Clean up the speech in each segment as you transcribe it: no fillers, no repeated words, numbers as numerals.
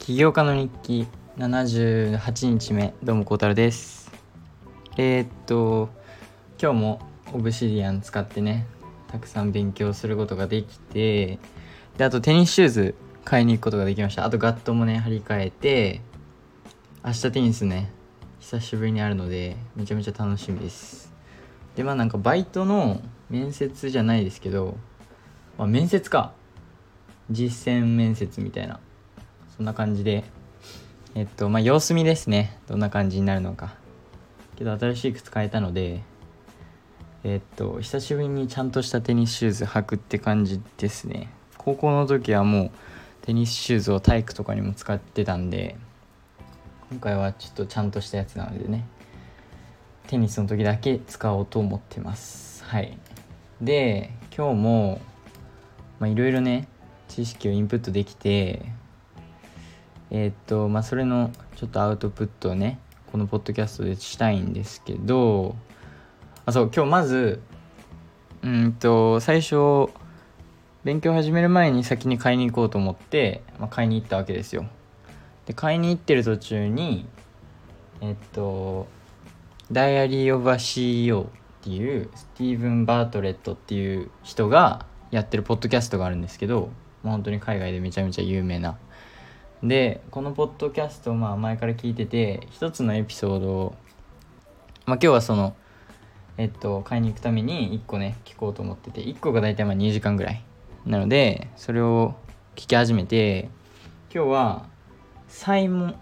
起業家の日記78日目、どうもこうたろです。今日もオブシディアン使ってね、たくさん勉強することができて、であとテニスシューズ買いに行くことができました。あとガットもね張り替えて、明日テニスね久しぶりにあるのでめちゃめちゃ楽しみです。でなんかバイトの面接じゃないですけど、面接か実践面接みたいな、そんな感じで様子見ですね。どんな感じになるのか。けど新しい靴買えたので久しぶりにちゃんとしたテニスシューズ履くって感じですね。高校の時はもうテニスシューズを体育とかにも使ってたんで、今回はちょっとちゃんとしたやつなのでね、テニスの時だけ使おうと思ってます。はい。で今日もいろいろね知識をインプットできて、それのちょっとアウトプットをねこのポッドキャストでしたいんですけど、今日まず最初勉強始める前に先に買いに行こうと思って、買いに行ったわけですよ。で買いに行ってる途中にダイアリー・オブ・ア・CEO っていうスティーブン・バートレットっていう人がやってるポッドキャストがあるんですけど、本当に海外でめちゃめちゃ有名な。でこのポッドキャストを前から聞いてて、一つのエピソードを、今日はその買いに行くために1個ね聞こうと思ってて、1個が大体2時間ぐらいなので、それを聞き始めて、今日はサイモン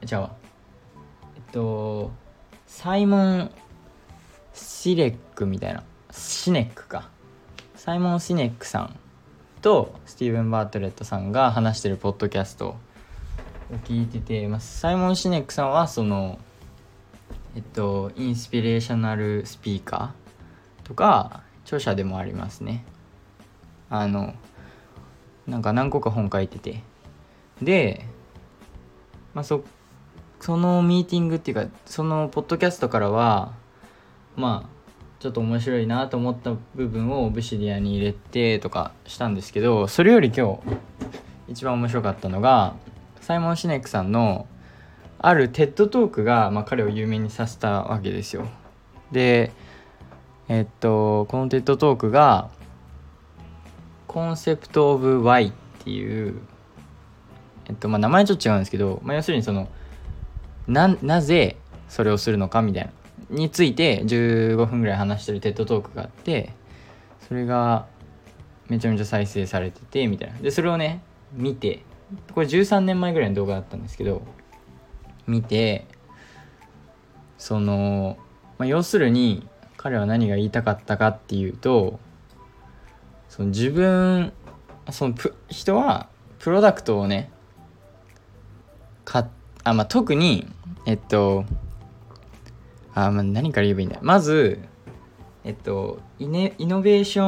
シネックみたいな、サイモン・シネックさんとスティーブン・バートレットさんが話してるポッドキャストを聞いてて、サイモン・シネックさんはそのインスピレーショナルスピーカーとか著者でもありますね。なんか何個か本書いてて、でそのミーティングっていうか、そのポッドキャストからはちょっと面白いなと思った部分をオブシディアに入れてとかしたんですけど、それより今日一番面白かったのがサイモン・シネックさんのあるテッドトークが、彼を有名にさせたわけですよ。でこのテッドトークがコンセプトオブ Why っていう名前ちょっと違うんですけど、要するにそのなぜそれをするのかみたいなについて15分ぐらい話してるテッドトークがあって、それがめちゃめちゃ再生されててみたいな。でそれをね見て、これ13年前ぐらいの動画だったんですけど、見てその、要するに彼は何が言いたかったかっていうと、その人はプロダクトをね特に何から言えばいいんだ。まずイノベーシ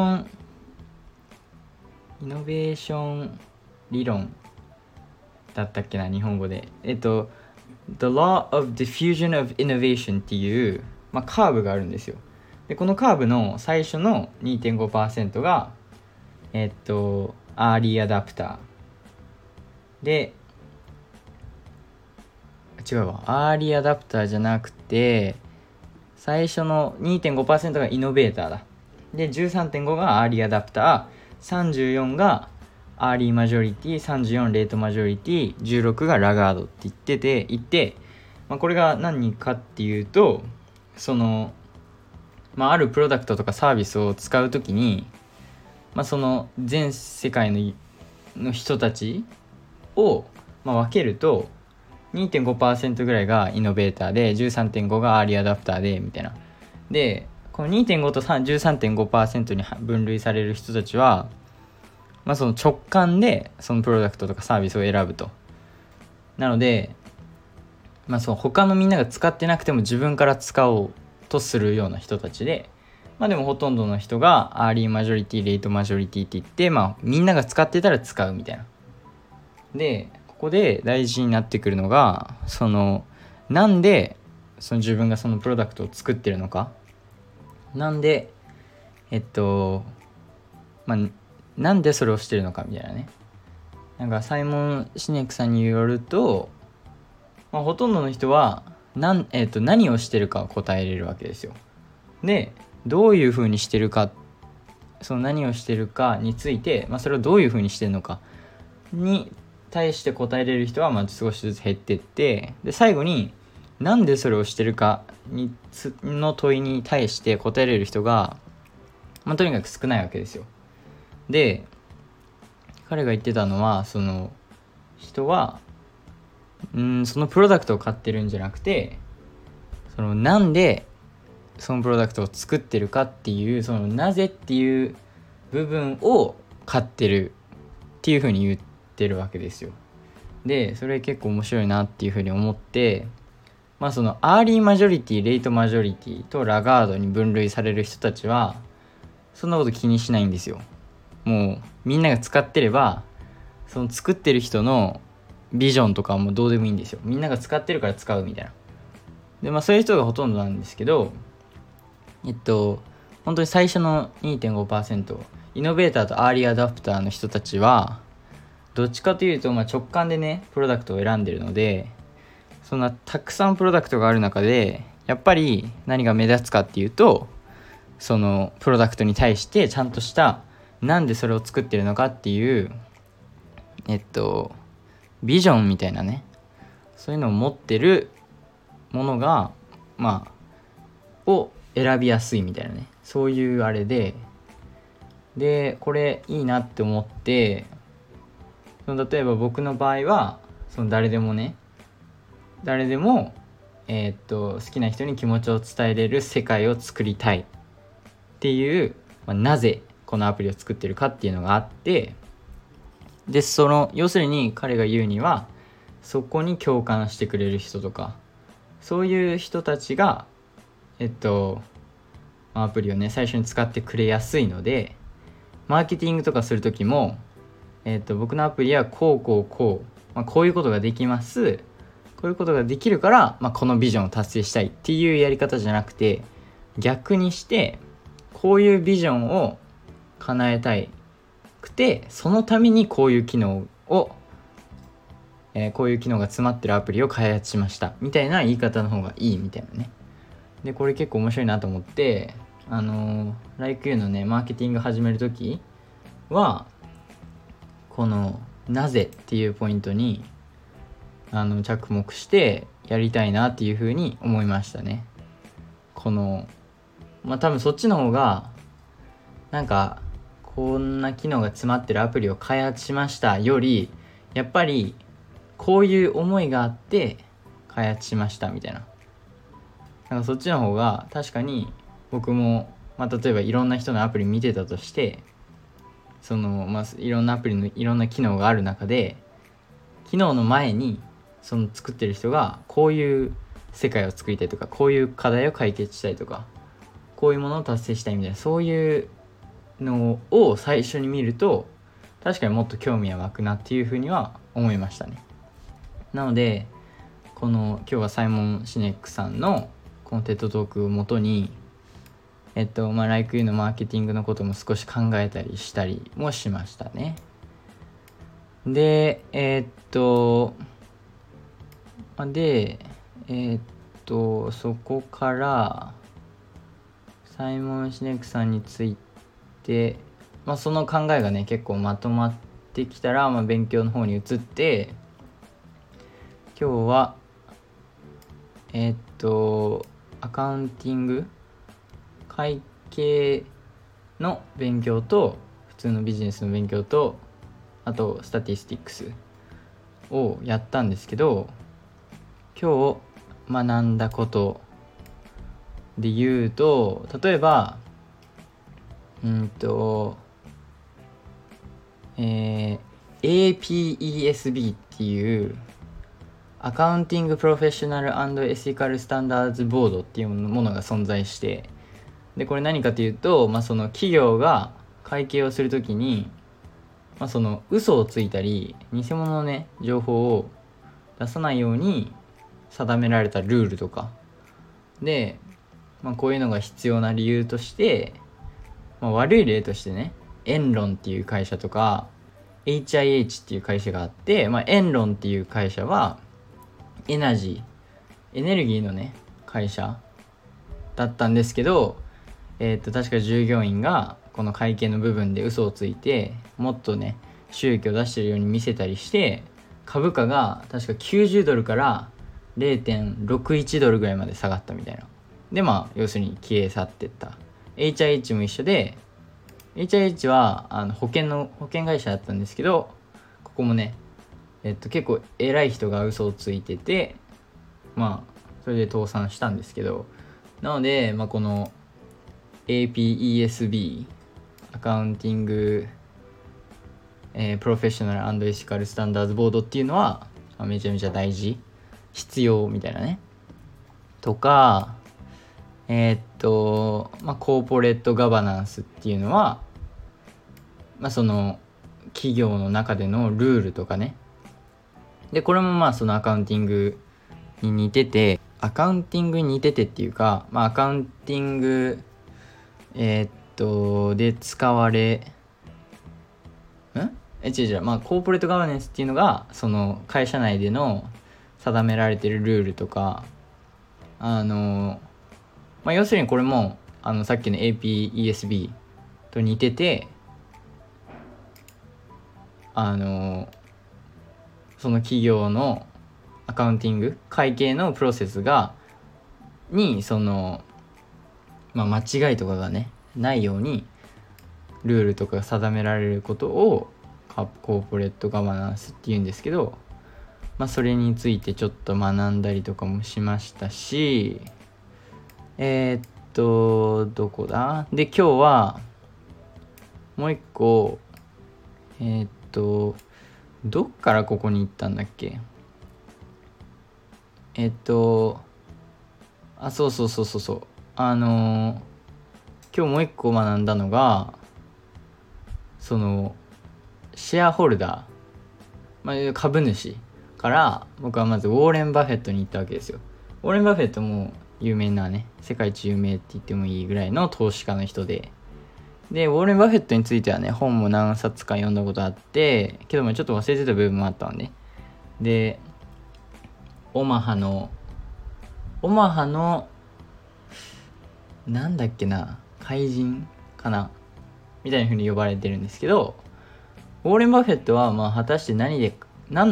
ョン理論だったっけな、日本語でThe Law of Diffusion of Innovation っていう、カーブがあるんですよ。でこのカーブの最初の 2.5% がアーリーアダプターで、違うわ、アーリーアダプターじゃなくて最初の 2.5% がイノベーターだ。で 13.5 がアーリーアダプター、34がアーリーマジョリティ、34レートマジョリティ、16がラガードって言って、これが何かっていうと、そのあるプロダクトとかサービスを使うときに、その全世界の人たちを分けると 2.5% ぐらいがイノベーターで 13.5 がアーリーアダプターでみたいな。でこの 2.5 と 13.5% に分類される人たちは、その直感でそのプロダクトとかサービスを選ぶと。なのでその他のみんなが使ってなくても自分から使おうとするような人たちで、でもほとんどの人がアーリーマジョリティ、レートマジョリティって言って、みんなが使ってたら使うみたいな。でここで大事になってくるのが、そのなんでその自分がそのプロダクトを作ってるのか、なんでなんでそれをしてるのかみたいなね。なんかサイモン・シネックさんによると、 ほとんどの人は何をしてるかを答えれるわけですよ。でどういうふうにしてるか、その何をしてるかについて、それをどういうふうにしてるのかに対して答えれる人は少しずつ減ってって、で最後になんでそれをしてるかの問いに対して答えれる人が、とにかく少ないわけですよ。で彼が言ってたのは、その人はそのプロダクトを買ってるんじゃなくて、そのなんでそのプロダクトを作ってるかっていう、そのなぜっていう部分を買ってるっていう風に言ってるわけですよ。でそれ結構面白いなっていう風に思って、そのアーリーマジョリティ、レイトマジョリティとラガードに分類される人たちはそんなこと気にしないんですよ。もうみんなが使ってれば、その作ってる人のビジョンとかはもうどうでもいいんですよ。みんなが使ってるから使うみたいな。でそういう人がほとんどなんですけど、本当に最初の 2.5% イノベーターとアーリーアダプターの人たちはどっちかというと、直感でねプロダクトを選んでるので、そんなたくさんプロダクトがある中でやっぱり何が目立つかっていうと、そのプロダクトに対してちゃんとしたなんでそれを作ってるのかっていうビジョンみたいなね、そういうのを持ってるものがを選びやすいみたいなね、そういうあれでこれいいなって思って、例えば僕の場合はその誰でも好きな人に気持ちを伝えれる世界を作りたいっていう、なぜこのアプリを作ってるかっていうのがあって、で要するに彼が言うには、そこに共感してくれる人とか、そういう人たちがアプリをね最初に使ってくれやすいので、マーケティングとかする時も、僕のアプリはこういうことができます、こういうことができるから、このビジョンを達成したいっていうやり方じゃなくて、逆にしてこういうビジョンを叶えたいくて、そのためにこういう機能が詰まってるアプリを開発しましたみたいな言い方の方がいいみたいなね。でこれ結構面白いなと思って、LikeU のねマーケティング始めるときはこのなぜっていうポイントに着目してやりたいなっていうふうに思いましたね。多分そっちの方がこんな機能が詰まってるアプリを開発しましたより、やっぱりこういう思いがあって開発しましたみたいな、そっちの方が確かに僕も、例えばいろんな人のアプリ見てたとして、いろんなアプリのいろんな機能がある中で、機能の前にその作ってる人がこういう世界を作りたいとか、こういう課題を解決したいとか、こういうものを達成したいみたいな、そういうのを最初に見ると確かにもっと興味は湧くなっていうふうには思いましたね。なので今日はサイモン・シネックさんのこのテッドトークをもとにLikeU のマーケティングのことも少し考えたりしたりもしましたね。でそこからサイモン・シネックさんについて、その考えがね結構まとまってきたら、勉強の方に移って、今日はアカウンティング、会計の勉強と普通のビジネスの勉強と、あとスタティスティックスをやったんですけど、今日学んだことで言うと、例えばAPESB っていうアカウンティングプロフェッショナル&エシカルスタンダーズボードっていうものが存在して、でこれ何かというと、その企業が会計をするときに、その嘘をついたり偽物のね情報を出さないように定められたルールとかで、こういうのが必要な理由として、悪い例としてね、エンロンっていう会社とか HIH っていう会社があって、エンロンっていう会社はエナジーエネルギーのね会社だったんですけど、確か従業員がこの会計の部分で嘘をついてもっとね収益を出してるように見せたりして株価が確か90ドルから0.61ドルぐらいまで下がったみたいな。で要するに消え去ってった。 HIH も一緒で HIH は保険会社だったんですけど、ここもね結構偉い人が嘘をついててそれで倒産したんですけど、なのでこの APESB アカウンティングプロフェッショナル&エシカルスタンダードボードっていうのはめちゃめちゃ大事必要みたいなね。とかコーポレートガバナンスっていうのはその企業の中でのルールとかね。でこれもそのアカウンティングに似ててっていうかアカウンティングで使われコーポレートガバナンスっていうのがその会社内での定められているルールとか要するにこれもさっきの APESB と似ててその企業のアカウンティング会計のプロセスにその間違いとかがねないようにルールとかが定められることをコーポレートガバナンスっていうんですけど、それについてちょっと学んだりとかもしましたし、どこだで今日はもう一個どっからここに行ったんだっけ。そう今日もう一個学んだのがそのシェアホルダー、株主から僕はまずウォーレン・バフェットに行ったわけですよ。ウォーレン・バフェットも有名なね世界一有名って言ってもいいぐらいの投資家の人でウォーレン・バフェットについてはね本も何冊か読んだことあってけどもちょっと忘れてた部分もあったのね。でオマハのなんだっけな怪人かなみたいな風に呼ばれてるんですけど、ウォーレン・バフェットは果たして何で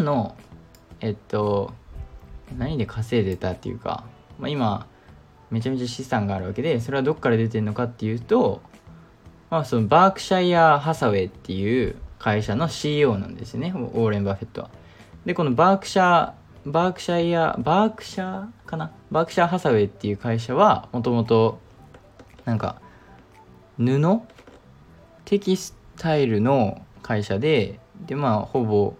稼いでたっていうか、今めちゃめちゃ資産があるわけで、それはどっから出てるのかっていうとそのバークシャイア・ハサウェイっていう会社の CEO なんですよね、ウォーレン・バフェットは。でこのバークシャーハサウェイっていう会社はもともと布テキスタイルの会社でほぼ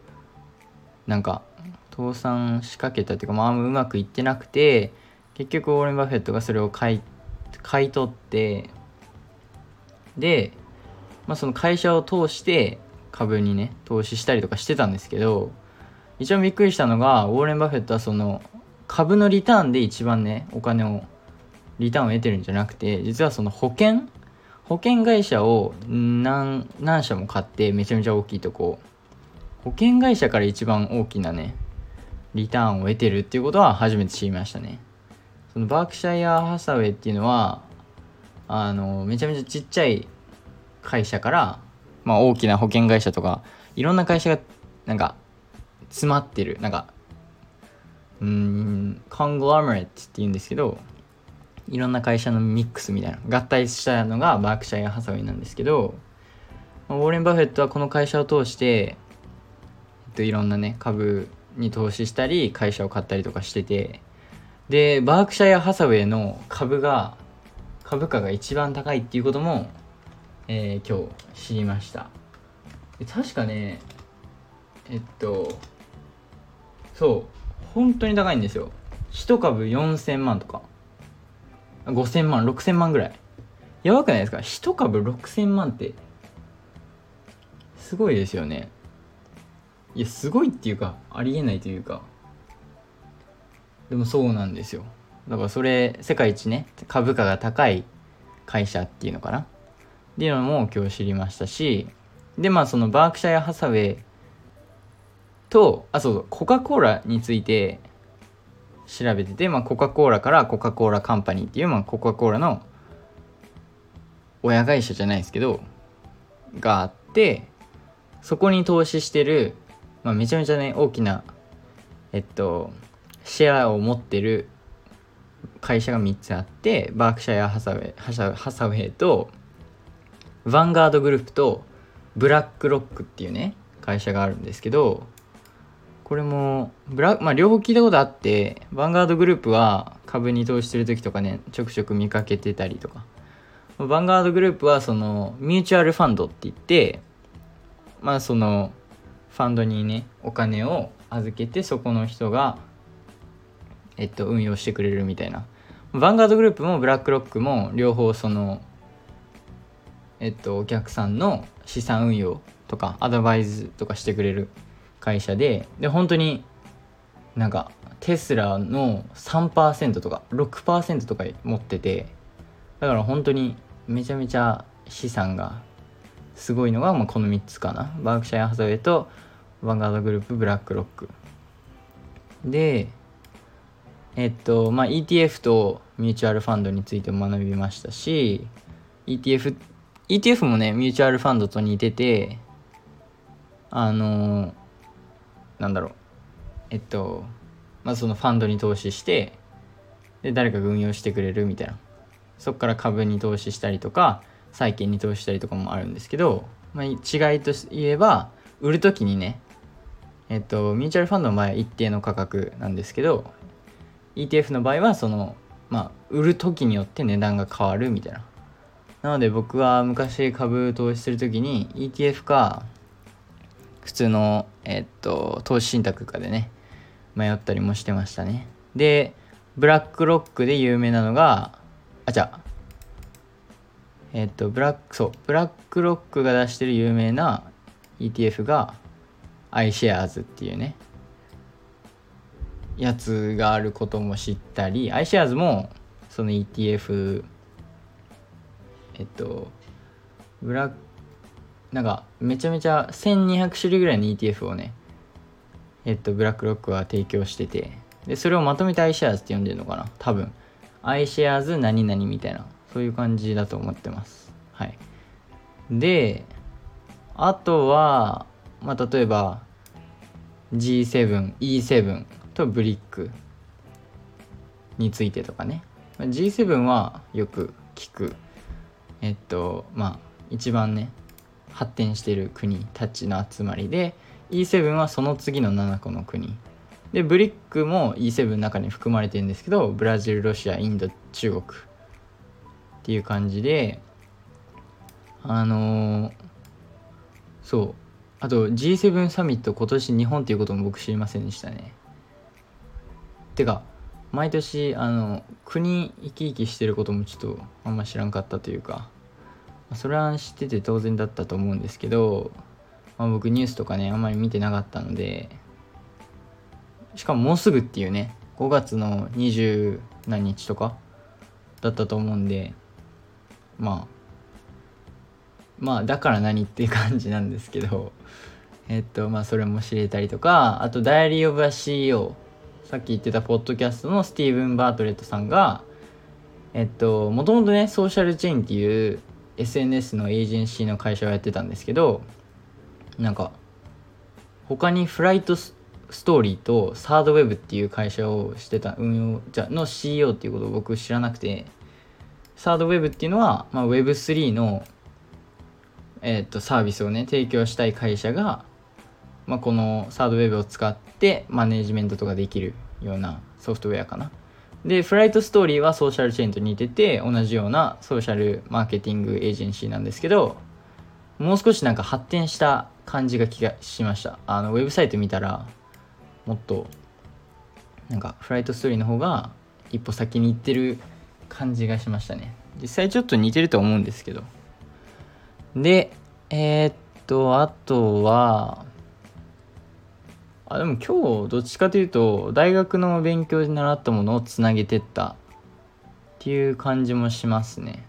倒産しかけたっていうかうまくいってなくて、結局ウォーレン・バフェットがそれを買い取ってで、その会社を通して株にね投資したりとかしてたんですけど、一番びっくりしたのがウォーレン・バフェットはその株のリターンで一番ねリターンを得てるんじゃなくて、実はその保険会社を何社も買って、めちゃめちゃ大きいとこ保険会社から一番大きなねリターンを得てるっていうことは初めて知りましたね。そのバークシャイア・ハサウェイっていうのはめちゃめちゃちっちゃい会社から大きな保険会社とかいろんな会社が詰まってるコングロメレットって言うんですけど、いろんな会社のミックスみたいな合体したのがバークシャイア・ハサウェイなんですけど、ウォーレン・バフェットはこの会社を通していろんなね株に投資したり会社を買ったりとかしてて、でバークシャイア・ハサウェイの株価が一番高いっていうことも、今日知りました。確かね本当に高いんですよ。1株4000万とか5000万6000万ぐらい。やばくないですか？1株6000万ってすごいですよね。いやすごいっていうかありえないというか、でもそうなんですよ。だからそれ世界一ね株価が高い会社っていうのかなっていうのも今日知りましたし、でそのバークシャイア・ハサウェイとコカ・コーラについて調べてて、コカ・コーラからコカ・コーラカンパニーっていう、コカ・コーラの親会社じゃないですけどがあって、そこに投資してる、めちゃめちゃね大きなシェアを持ってる会社が3つあって、バークシャイア・ハサウェイとヴァンガードグループとブラックロックっていうね会社があるんですけど、これも両方聞いたことあって、ヴァンガードグループは株に投資してる時とかねちょくちょく見かけてたりとか、ヴァンガードグループはそのミューチュアルファンドって言って、そのファンドにねお金を預けて、そこの人が運用してくれるみたいな。ヴァンガードグループもブラックロックも両方そのお客さんの資産運用とかアドバイズとかしてくれる会社で本当になんかテスラの 3% とか 6% とか持ってて、だから本当にめちゃめちゃ資産がすごいのがこの3つかな。バークシャイア・ハサウェイとヴァンガードグループ、ブラックロックで、ETF とミューチュアルファンドについても学びましたし、 ETF もねミューチュアルファンドと似てて、なんだろう、そのファンドに投資してで誰かが運用してくれるみたいな、そこから株に投資したりとか債券に投資したりとかもあるんですけど、違いといえば売るときにねミューチュアルファンドの場合は一定の価格なんですけど、 ETF の場合はその売るときによって値段が変わるみたいな。なので僕は昔株投資するときに ETF か普通の投資信託かでね迷ったりもしてましたね。でブラックロックで有名なのがブラックロックが出してる有名な ETF が iShares っていうねやつがあることも知ったり、 iShares もその ETF なんかめちゃめちゃ1200種類ぐらいの ETF をねブラックロックは提供してて、でそれをまとめて iShares って呼んでるのかな、多分 iShares 何々みたいな、そういう感じだと思ってます。はい。であとは例えば G7、E7 とブリックについてとかね。G7 はよく聞く一番ね発展している国たちの集まりで、 E7 はその次の7個の国で、ブリックも E7 の中に含まれてるんですけど、ブラジル、ロシア、インド、中国っていう感じで、そうあと G7 サミット今年日本っていうことも僕知りませんでしたね。てか毎年国生き生きしてることもちょっとあんま知らんかったというか、それは知ってて当然だったと思うんですけど、僕ニュースとかねあんまり見てなかったので、しかももうすぐっていうね5月の20何日とかだったと思うんで、だから何っていう感じなんですけど、それも知れたりとか、あとダイアリー・オブ・ア・ CEO、 さっき言ってたポッドキャストのスティーブン・バートレットさんがもともとねソーシャルチェーンっていう SNS のエージェンシーの会社をやってたんですけど、なんか他にフライトストーリーとサードウェブっていう会社をしてた運用の CEO っていうことを僕知らなくて、サードウェブっていうのは、Web3 のサービスをね提供したい会社が、このサードウェブを使ってマネージメントとかできるようなソフトウェアかな。でフライトストーリーはソーシャルチェーンと似てて同じようなソーシャルマーケティングエージェンシーなんですけど、もう少しなんか発展した感じが気がしました。ウェブサイト見たらもっとなんかフライトストーリーの方が一歩先に行ってる感じがしましたね。実際ちょっと似てると思うんですけど。であとはでも今日どっちかというと大学の勉強で習ったものをつなげてったっていう感じもしますね。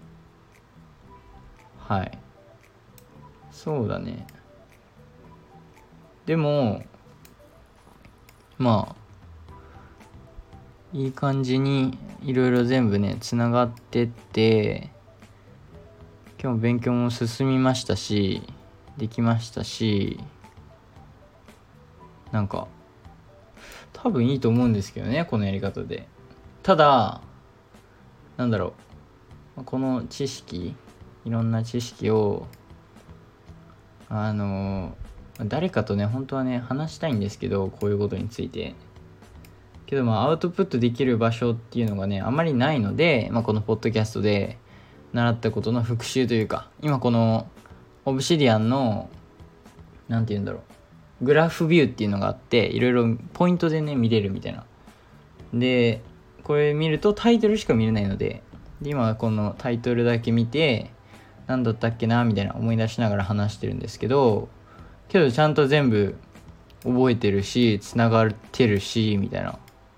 はい、そうだね。でもいい感じにいろいろ全部ねつながってって、今日勉強も進みましたし、できましたし、なんか多分いいと思うんですけどね、このやり方で。ただなんだろう、この知識、いろんな知識を誰かとね本当はね話したいんですけど、こういうことについてけど、アウトプットできる場所っていうのがねあまりないので、このポッドキャストで習ったことの復習というか、今このオブシディアンのなんて言うんだろう、グラフビューっていうのがあって、いろいろポイントでね見れるみたいな。でこれ見るとタイトルしか見れないので、今はこのタイトルだけ見て何だったっけなみたいな思い出しながら話してるんですけど、ちゃんと全部覚えてるしつながってるしみたいな、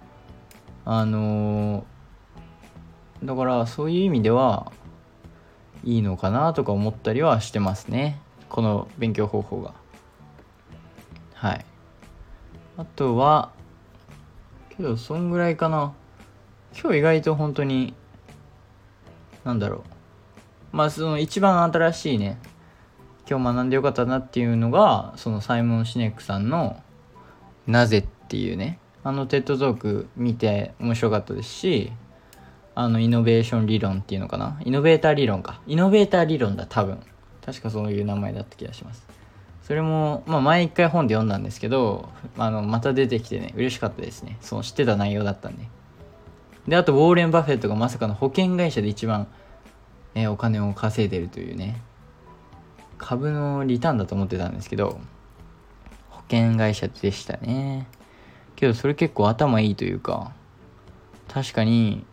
だからそういう意味ではいいのかなとか思ったりはしてますね、この勉強方法が。はい。あとはそんぐらいかな。今日意外と本当になんだろう、その一番新しいね、今日学んでよかったなっていうのが、そのサイモン・シネックさんのなぜっていうね、テッドトーク見て面白かったですし、イノベーション理論っていうのかな、イノベーター理論だ、多分確かそういう名前だった気がします。それも前一回本で読んだんですけど、また出てきてね嬉しかったですね。その知ってた内容だったんで。であとウォーレン・バフェットがまさかの保険会社で一番、お金を稼いでるというね、株のリターンだと思ってたんですけど保険会社でしたね。それ結構頭いいというか、確かに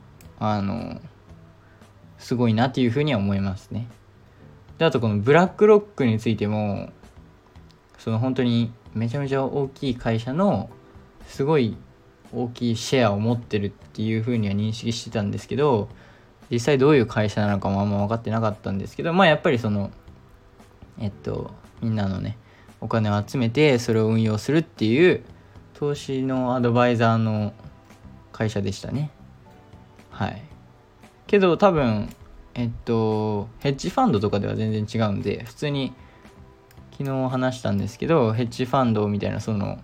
すごいなっていうふうには思いますね。であとこのブラックロックについても、その本当にめちゃめちゃ大きい会社のすごい大きいシェアを持ってるっていうふうには認識してたんですけど、実際どういう会社なのかもあんま分かってなかったんですけど、やっぱりそのみんなのねお金を集めてそれを運用するっていう投資のアドバイザーの会社でしたね。はい。けど多分ヘッジファンドとかでは全然違うんで、普通に昨日話したんですけど、ヘッジファンドみたいなその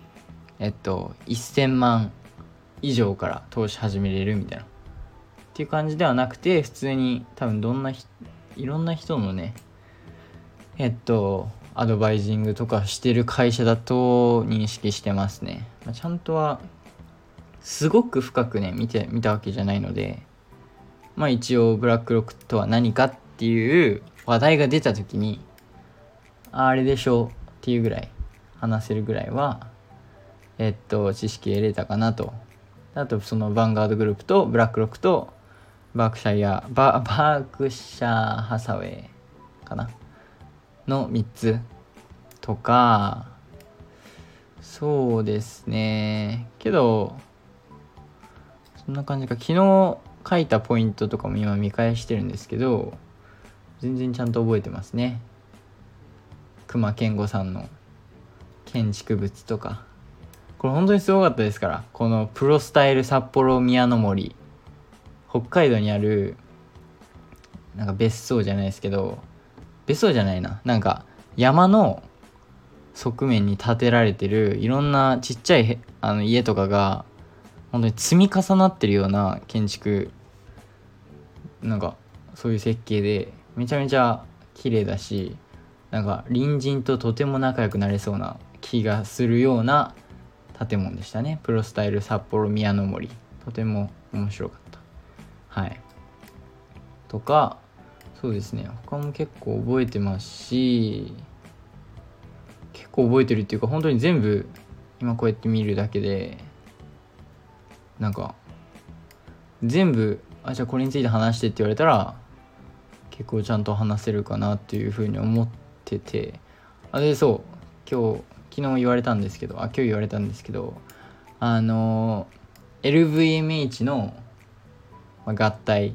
1000万以上から投資始めれるみたいなっていう感じではなくて、普通に多分いろんな人のねアドバイジングとかしてる会社だと認識してますね。ちゃんとはすごく深くね見たわけじゃないので、一応ブラックロックとは何かっていう話題が出た時にあれでしょうっていうぐらい話せるぐらいは知識得れたかなと。あとそのヴァンガードグループとブラックロックとバークシャーハサウェイかなの3つとか、そうですね。けどそんな感じか。昨日書いたポイントとかも今見返してるんですけど、全然ちゃんと覚えてますね。隈研吾さんの建築物とか、これ本当にすごかったですから。このプロスタイル札幌宮の森、北海道にあるなんか別荘じゃないですけど、別荘じゃないな、なんか山の側面に建てられてるいろんなちっちゃい家とかが本当に積み重なってるような建築、なんかそういう設計でめちゃめちゃ綺麗だし、なんか隣人ととても仲良くなれそうな気がするような建物でしたね。プロスタイル札幌宮の森、とても面白かった。はい。とか、そうですね、他も結構覚えてますし、結構覚えてるっていうか本当に全部今こうやって見るだけでなんか全部じゃあこれについて話してって言われたら結構ちゃんと話せるかなっていうふうに思ってて、でそう昨日言われたんですけど、今日言われたんですけど、LVMH の合体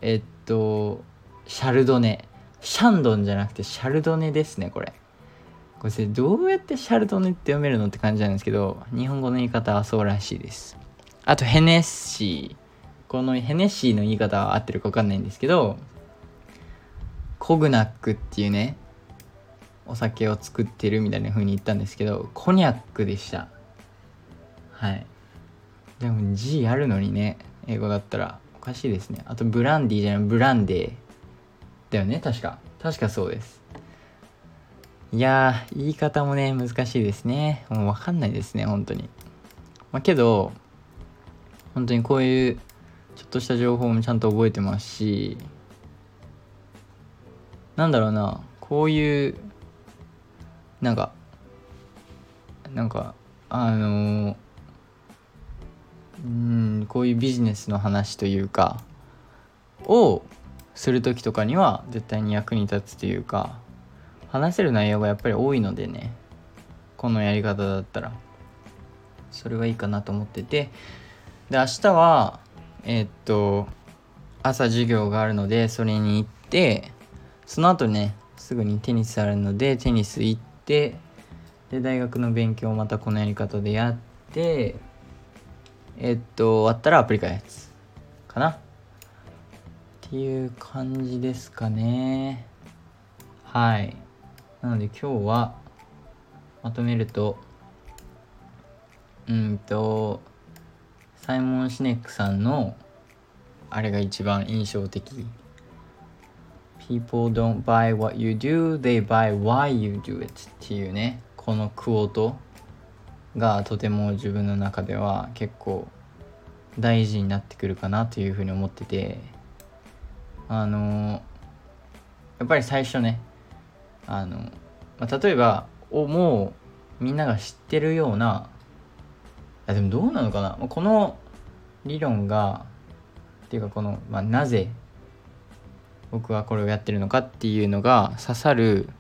シャルドネ、シャンドンじゃなくてシャルドネですね。これこれどうやってシャルドネって読めるのって感じなんですけど、日本語の言い方はそうらしいです。あとヘネッシー、このヘネッシーの言い方は合ってるか分かんないんですけど、コグナックっていうねお酒を作ってるみたいな風に言ったんですけど、コニャックでした。はい。でも G あるのにね、英語だったらおかしいですね。あとブランディじゃない、ブランデーだよね、確かそうです。いやー、言い方もね難しいですね。もう分かんないですね本当に。けど本当にこういうちょっとした情報もちゃんと覚えてますし、なんだろうな、こういうなんかこういうビジネスの話というかをする時とかには絶対に役に立つというか、話せる内容がやっぱり多いのでね、このやり方だったらそれはいいかなと思ってて、で明日は朝授業があるのでそれに行って、その後ねすぐにテニスあるのでテニス行って、で大学の勉強をまたこのやり方でやって、終わったらアプリ開発かなっていう感じですかね。はい。なので今日はまとめると、サイモン・シネックさんのあれが一番印象的。People don't buy what you do, they buy why you do it っていうね、このクオートがとても自分の中では結構大事になってくるかなというふうに思ってて、やっぱり最初ね、例えばもうみんなが知ってるような、でもどうなのかな、この理論がっていうかこの、なぜ僕はこれをやってるのかっていうのが刺さる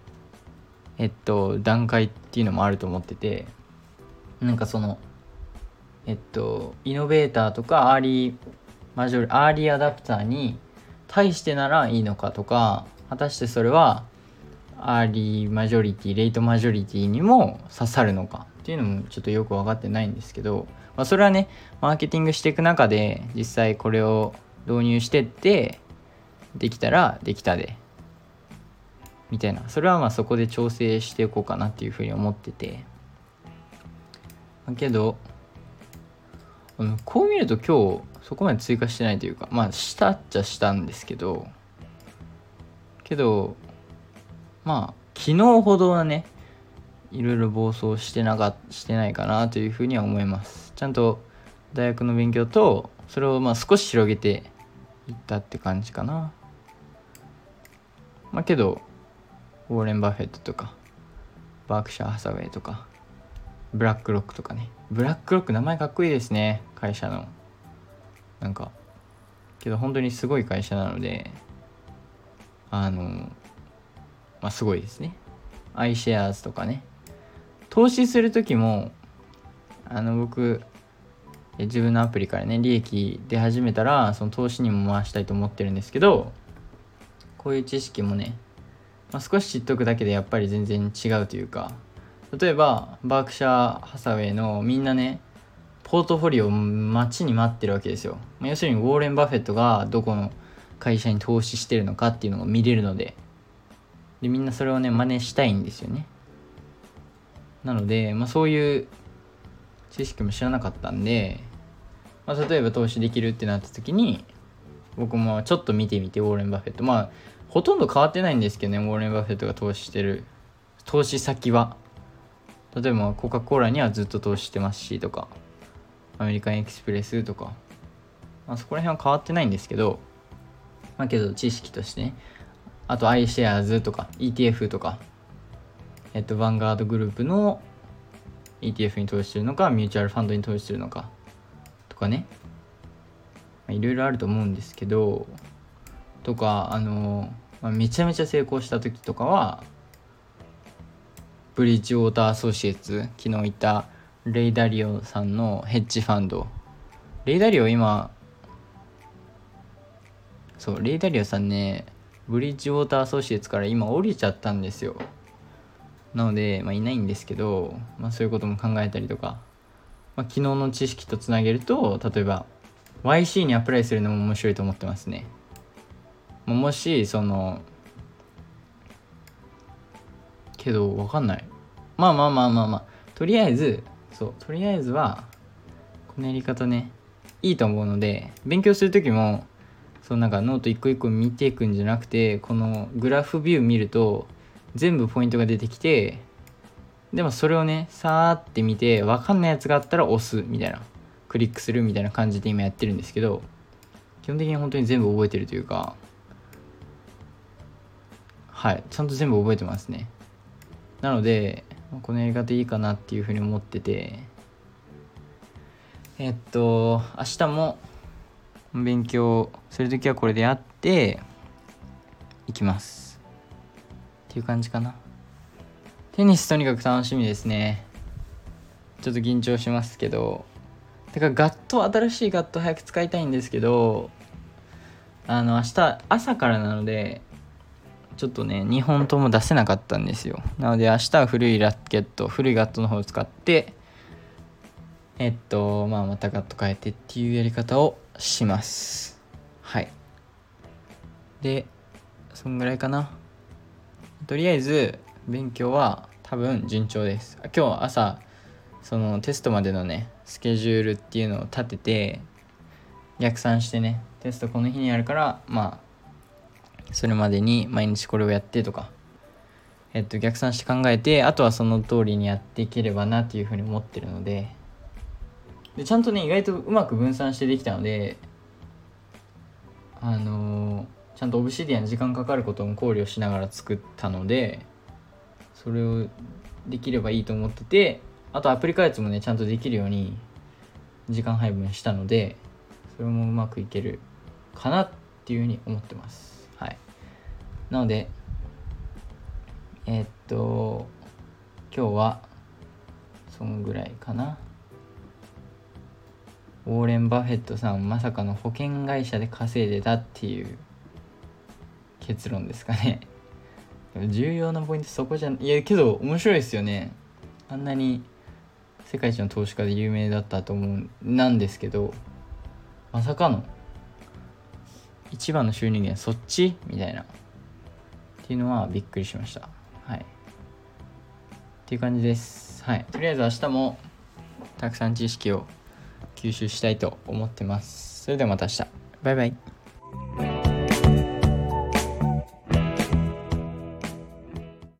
段階っていうのもあると思ってて、なんかそのイノベーターとかアーリーアダプターに対してならいいのかとか、果たしてそれはアーリーマジョリティレイトマジョリティにも刺さるのかっていうのもちょっとよく分かってないんですけど、それはねマーケティングしていく中で実際これを導入してってできたらできたでみたいな、それはそこで調整していこうかなっていうふうに思ってて、けどこう見ると今日そこまで追加してないというか、したっちゃしたんですけど昨日ほどはねいろいろ暴走してないかなというふうには思います。ちゃんと大学の勉強とそれを少し広げていったって感じかな。けどウォーレン・バフェットとかバークシャー・ハサウェイとかブラックロックとかね、ブラックロック名前かっこいいですね、会社の。けど本当にすごい会社なのですごいですね。iShares とかね、投資する時も僕自分のアプリからね利益出始めたらその投資にも回したいと思ってるんですけど、こういう知識もね、少し知っとくだけでやっぱり全然違うというか、例えばバークシャー・ハサウェイのみんなねポートフォリオを待ちに待ってるわけですよ。要するにウォーレン・バフェットがどこの会社に投資してるのかっていうのが見れるので、みんなそれをね真似したいんですよね。なのでそういう知識も知らなかったんで、例えば投資できるってなった時に僕もちょっと見てみて、ウォーレン・バフェットほとんど変わってないんですけどね、ウォーレン・バフェットが投資してる投資先は例えばコカ・コーラにはずっと投資してますしとか、アメリカンエキスプレスとか、そこら辺は変わってないんですけど、けど知識としてね、あと iShares とか ETF とかヴァンガードグループの ETF に投資するのかミューチュアルファンドに投資するのかとかね、いろいろあると思うんですけど、とかめちゃめちゃ成功した時とかはブリッジウォーターアソシエイツ、昨日言ったレイダリオさんのヘッジファンド、レイダリオさんねブリッジウォーターアソシエイツから今降りちゃったんですよ。 なので、いないんですけど、そういうことも考えたりとか、昨日の知識とつなげると、例えば YC にアプライするのも面白いと思ってますね。もしけど分かんない。とりあえずはこのやり方ねいいと思うので、勉強する時もノート一個一個見ていくんじゃなくて、このグラフビュー見ると全部ポイントが出てきて、でもそれをねさーって見て分かんないやつがあったら押すみたいな、クリックするみたいな感じで今やってるんですけど、基本的に本当に全部覚えてるというか、ちゃんと全部覚えてますね。なのでこのやり方いいかなっていうふうに思ってて、明日も勉強するときはこれでやっていきますっていう感じかな。テニスとにかく楽しみですね。ちょっと緊張しますけど、新しいガット早く使いたいんですけど、明日朝からなのでちょっとね2本とも出せなかったんですよ。なので明日は古いガットの方を使ってまたガット変えてっていうやり方をします。でそんぐらいかな。とりあえず勉強は多分順調です。今日朝そのテストまでのねスケジュールっていうのを立てて逆算してね、テストこの日にあるからそれまでに毎日これをやってとか、逆算して考えて、あとはその通りにやっていければなっていうふうに思ってるので、ちゃんとね意外とうまく分散してできたので、ちゃんとオブシディアン時間かかることも考慮しながら作ったので、それをできればいいと思ってて、あとアプリ開発もねちゃんとできるように時間配分したので、それもうまくいけるかなっていうふうに思ってます。なので今日はそのぐらいかな。ウォーレン・バフェットさんまさかの保険会社で稼いでたっていう結論ですかね。重要なポイントそこじゃいやけど面白いですよね。あんなに世界一の投資家で有名だったと思うんですけど、まさかの一番の収入源そっちみたいなっていうのはびっくりしました。っていう感じです。とりあえず明日もたくさん知識を吸収したいと思ってます。それではまた明日。バイバイ。